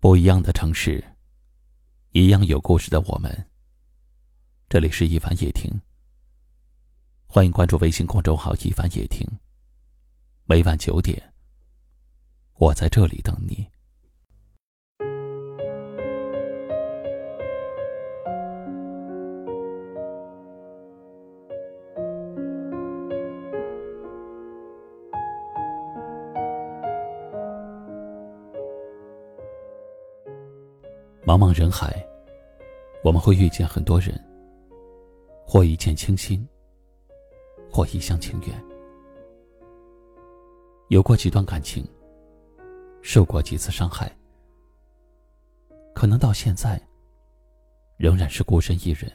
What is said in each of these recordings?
不一样的城市，一样有故事的我们。这里是一凡夜听，欢迎关注微信公众号一凡夜听。每晚9点，我在这里等你。茫茫人海，我们会遇见很多人，或一见倾心，或一厢情愿。有过几段感情，受过几次伤害，可能到现在仍然是孤身一人。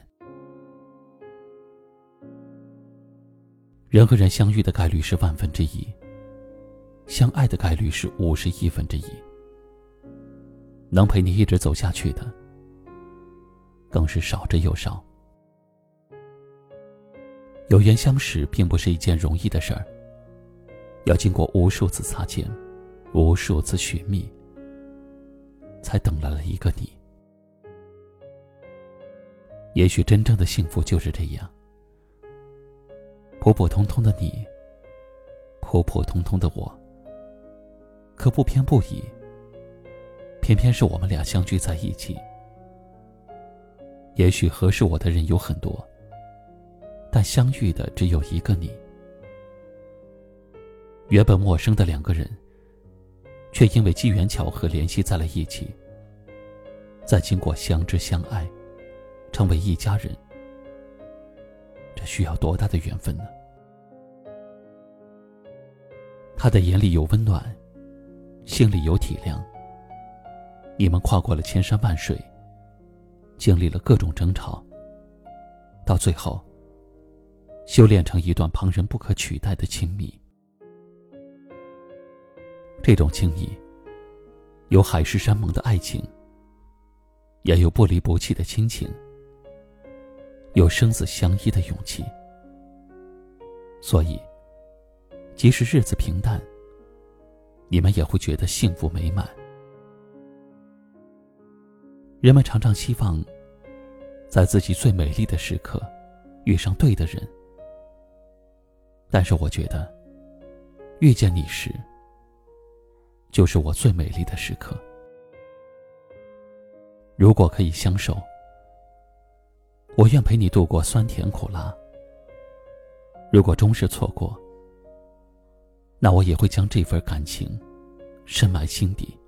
人和人相遇的概率是1/1000，相爱的概率是51%。能陪你一直走下去的，更是少之又少。有缘相识并不是一件容易的事儿，要经过无数次擦肩，无数次寻觅，才等来了一个你。也许真正的幸福就是这样，普普通通的你，普普通通的我，可不偏不倚，偏偏是我们俩相聚在一起。也许合适我的人有很多，但相遇的只有一个你。原本陌生的两个人，却因为机缘巧合联系在了一起，再经过相知相爱，成为一家人。这需要多大的缘分呢？他的眼里有温暖，心里有体谅。你们跨过了千山万水，经历了各种争吵，到最后修炼成一段旁人不可取代的亲密。这种亲密有海誓山盟的爱情，也有不离不弃的亲情，有生死相依的勇气。所以即使日子平淡，你们也会觉得幸福美满。人们常常希望在自己最美丽的时刻遇上对的人，但是我觉得遇见你时就是我最美丽的时刻。如果可以相守，我愿陪你度过酸甜苦辣。如果终是错过，那我也会将这份感情深埋心底。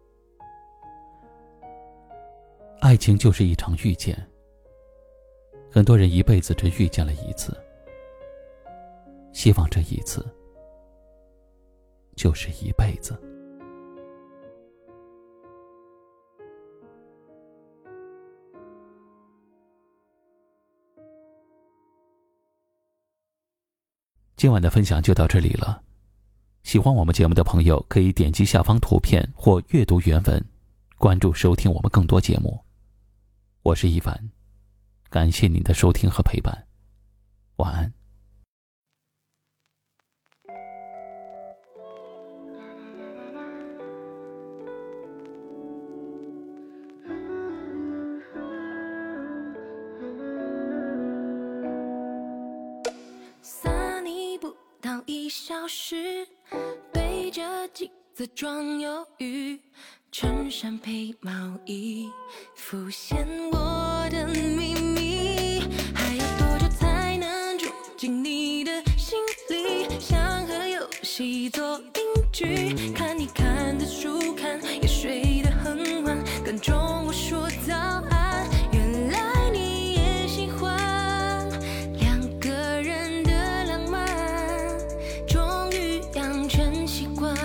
爱情就是一场遇见，很多人一辈子只遇见了一次，希望这一次就是一辈子。今晚的分享就到这里了，喜欢我们节目的朋友可以点击下方图片或阅读原文，关注收听我们更多节目。我是一凡，感谢您的收听和陪伴，晚安。 散你不到1小时，背着几字装忧郁，衬衫配毛衣，浮现我的秘密。还要多久才能住进你的心里？想和游戏做邻居，看你看的书看，也睡得很晚，跟中午说早安。原来你也喜欢2个人的浪漫，终于养成习惯。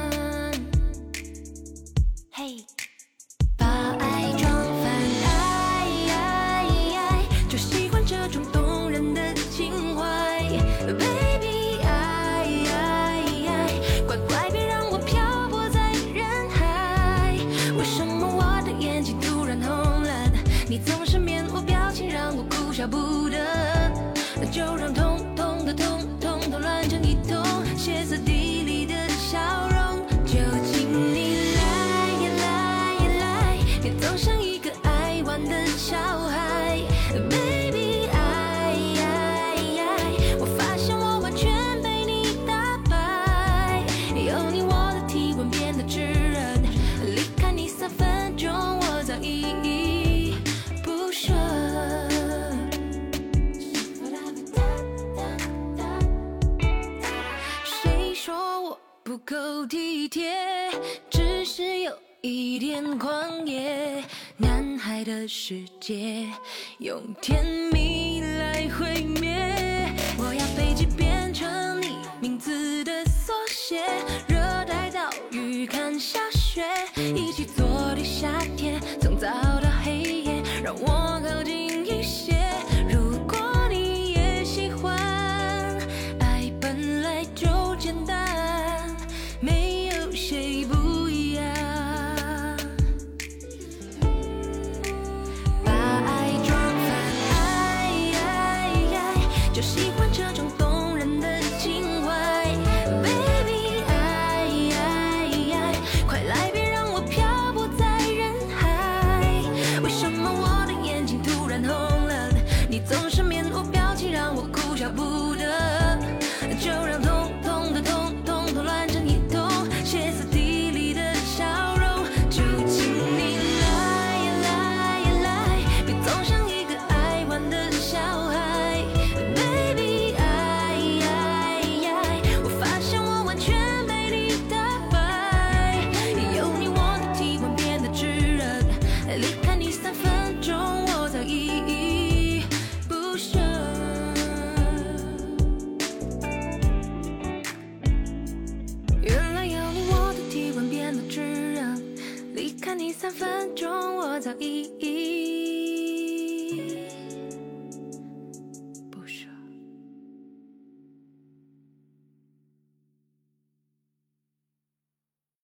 嘿，把爱装泛爱，就喜欢这种动人的情怀。Baby， 乖乖别让我漂泊在人海。为什么我的眼睛突然红了？你总是面无表情，让我哭笑不得。就让痛痛的痛痛痛乱成一通，歇斯底里的笑容，就请你来呀来呀来。 一点狂野，男孩的世界用甜蜜来毁灭。我要飞机变成你名字的缩写，热带岛屿看下雪，一起坐的夏天，从早到黑夜，让我靠近一些。如果你也喜欢，爱本来就简单，没有谁不一样。把爱装泛，就喜欢这种动人的情怀。Baby， 快来，别让我漂泊在人海。为什么我的眼睛突然红了？你总是面无表情，让我哭笑不得。就让痛痛乱成一通，歇斯底里的笑容。就请你来，别总像一个爱玩的小孩。Baby， 我发现我完全被你打败。有你我的体温变得炙热，离开你3分钟，我早依依不舍。原来有你我的体温变得炙热，离开你3分钟，我早依依